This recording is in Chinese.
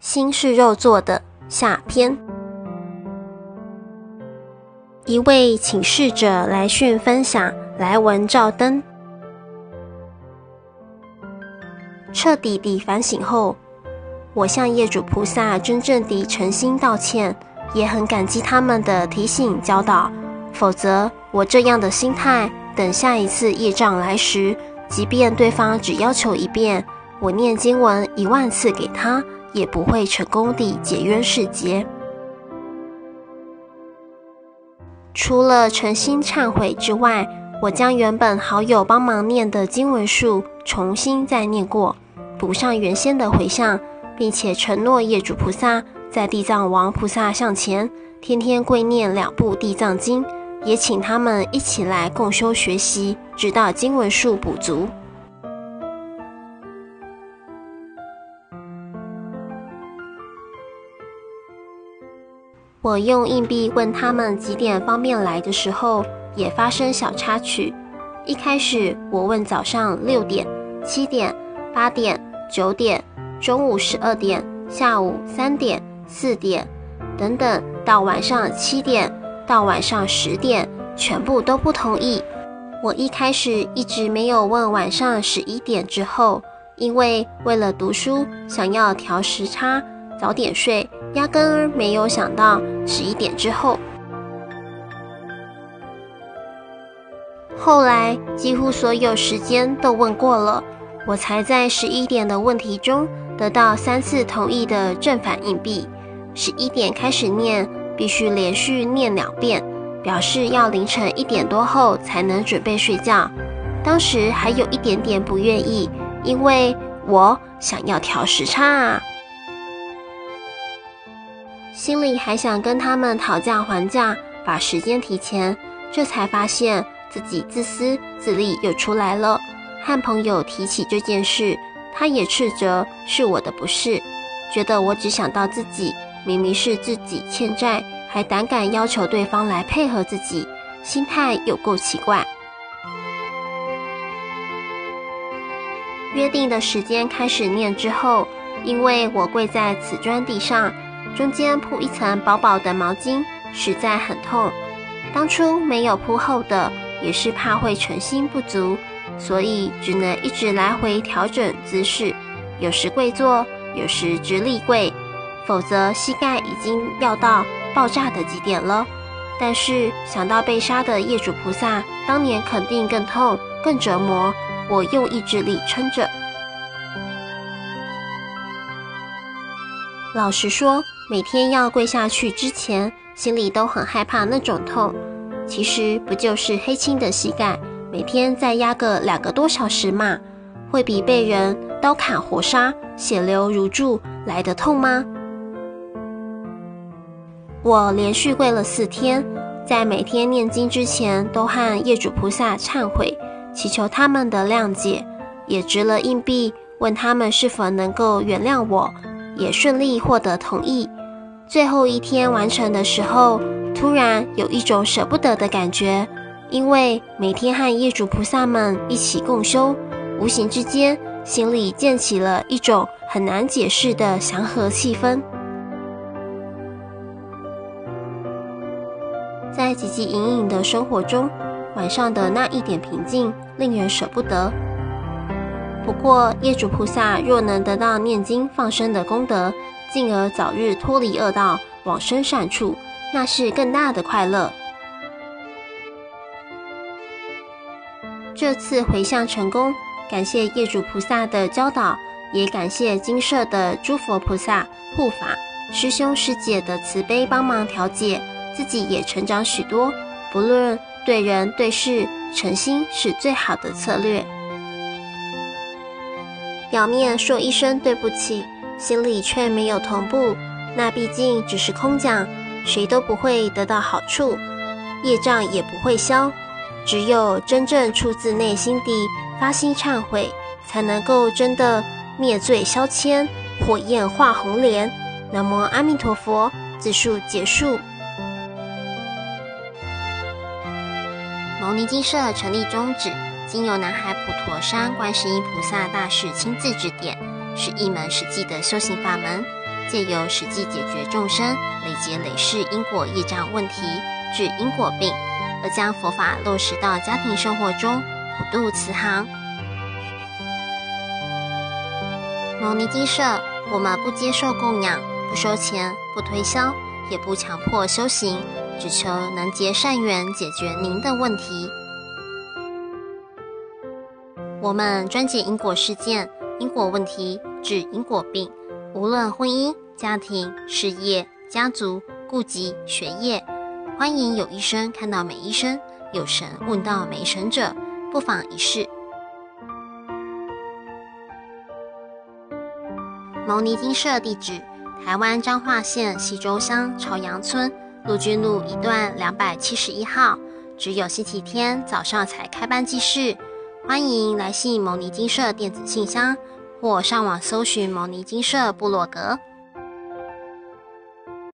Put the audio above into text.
心是肉做的下篇。一位请示者来讯分享来文照灯。彻底地反省后，我向业主菩萨真正地诚心道歉，也很感激他们的提醒教导，否则我这样的心态，等下一次业障来时，即便对方只要求一遍，我念经文10000次给他，也不会成功地解冤释结。除了诚心忏悔之外，我将原本好友帮忙念的经文数重新再念过，补上原先的回向，并且承诺业主菩萨在地藏王菩萨像前天天跪念2部地藏经，也请他们一起来共修学习，直到经文数补足。我用硬币问他们几点方便来的时候，也发生小插曲。一开始我问早上6点、7点、8点、9点、中午12点、下午3点、4点等等，到晚上7点到晚上10点，全部都不同意。我一开始一直没有问晚上11点之后，因为为了读书想要调时差早点睡，压根儿没有想到11点之后。后来几乎所有时间都问过了，我才在11点的问题中得到3次同意的正反硬币。11点开始念，必须连续念2遍，表示要凌晨1点多后才能准备睡觉。当时还有一点点不愿意，因为我想要调时差啊。心里还想跟他们讨价还价，把时间提前，这才发现自己自私自利又出来了。和朋友提起这件事，他也斥责是我的不是，觉得我只想到自己，明明是自己欠债，还胆敢要求对方来配合自己，心态有够奇怪。约定的时间开始念之后，因为我跪在瓷砖地上，中间铺一层薄薄的毛巾，实在很痛。当初没有铺厚的，也是怕会诚心不足，所以只能一直来回调整姿势，有时跪坐，有时直立跪，否则膝盖已经要到爆炸的极点了。但是想到被杀的业主菩萨当年肯定更痛更折磨，我用意志力撑着。老实说，每天要跪下去之前，心里都很害怕那种痛。其实不就是黑青的膝盖，每天再压个2个多小时嘛，会比被人刀砍活杀、血流如注来得痛吗？我连续跪了4天，在每天念经之前都和业主菩萨忏悔，祈求他们的谅解，也掷了硬币问他们是否能够原谅我，也顺利获得同意。最后一天完成的时候，突然有一种舍不得的感觉，因为每天和业主菩萨们一起共修，无形之间心里建起了一种很难解释的祥和气氛。在汲汲营营的生活中，晚上的那一点平静令人舍不得。不过业主菩萨若能得到念经放生的功德，进而早日脱离恶道，往生善处，那是更大的快乐。这次回向成功，感谢业主菩萨的教导，也感谢精舍的诸佛菩萨护法、师兄师姐的慈悲帮忙调解，自己也成长许多。不论对人对事，诚心是最好的策略。表面说一声对不起，心里却没有同步，那毕竟只是空讲，谁都不会得到好处，业障也不会消。只有真正出自内心地发心忏悔，才能够真的灭罪消愆，火焰化红莲。南无阿弥陀佛，自述结束。牟尼精舍成立宗旨，经由南海普陀山观世音菩萨大士亲自指点， 是一门实际的修行法门，借由实际解决众生累劫累世因果业障问题，治因果病，而将佛法落实到家庭生活中，普度慈航。牟尼精舍，我们不接受供养，不收钱，不推销，也不强迫修行，只求能结善缘，解决您的问题。我们专解因果事件、因果问题，治因果病，无论婚姻、家庭、事业、家族、顾及、学业，欢迎有医生看到没医生，有神问到没神者，不妨一试。牟尼精舍地址：台湾彰化县溪州乡朝阳村陆军路一段271号，只有星期天早上才开班济世。欢迎来信牟尼精舍电子信箱，或上网搜寻牟尼精舍部落格。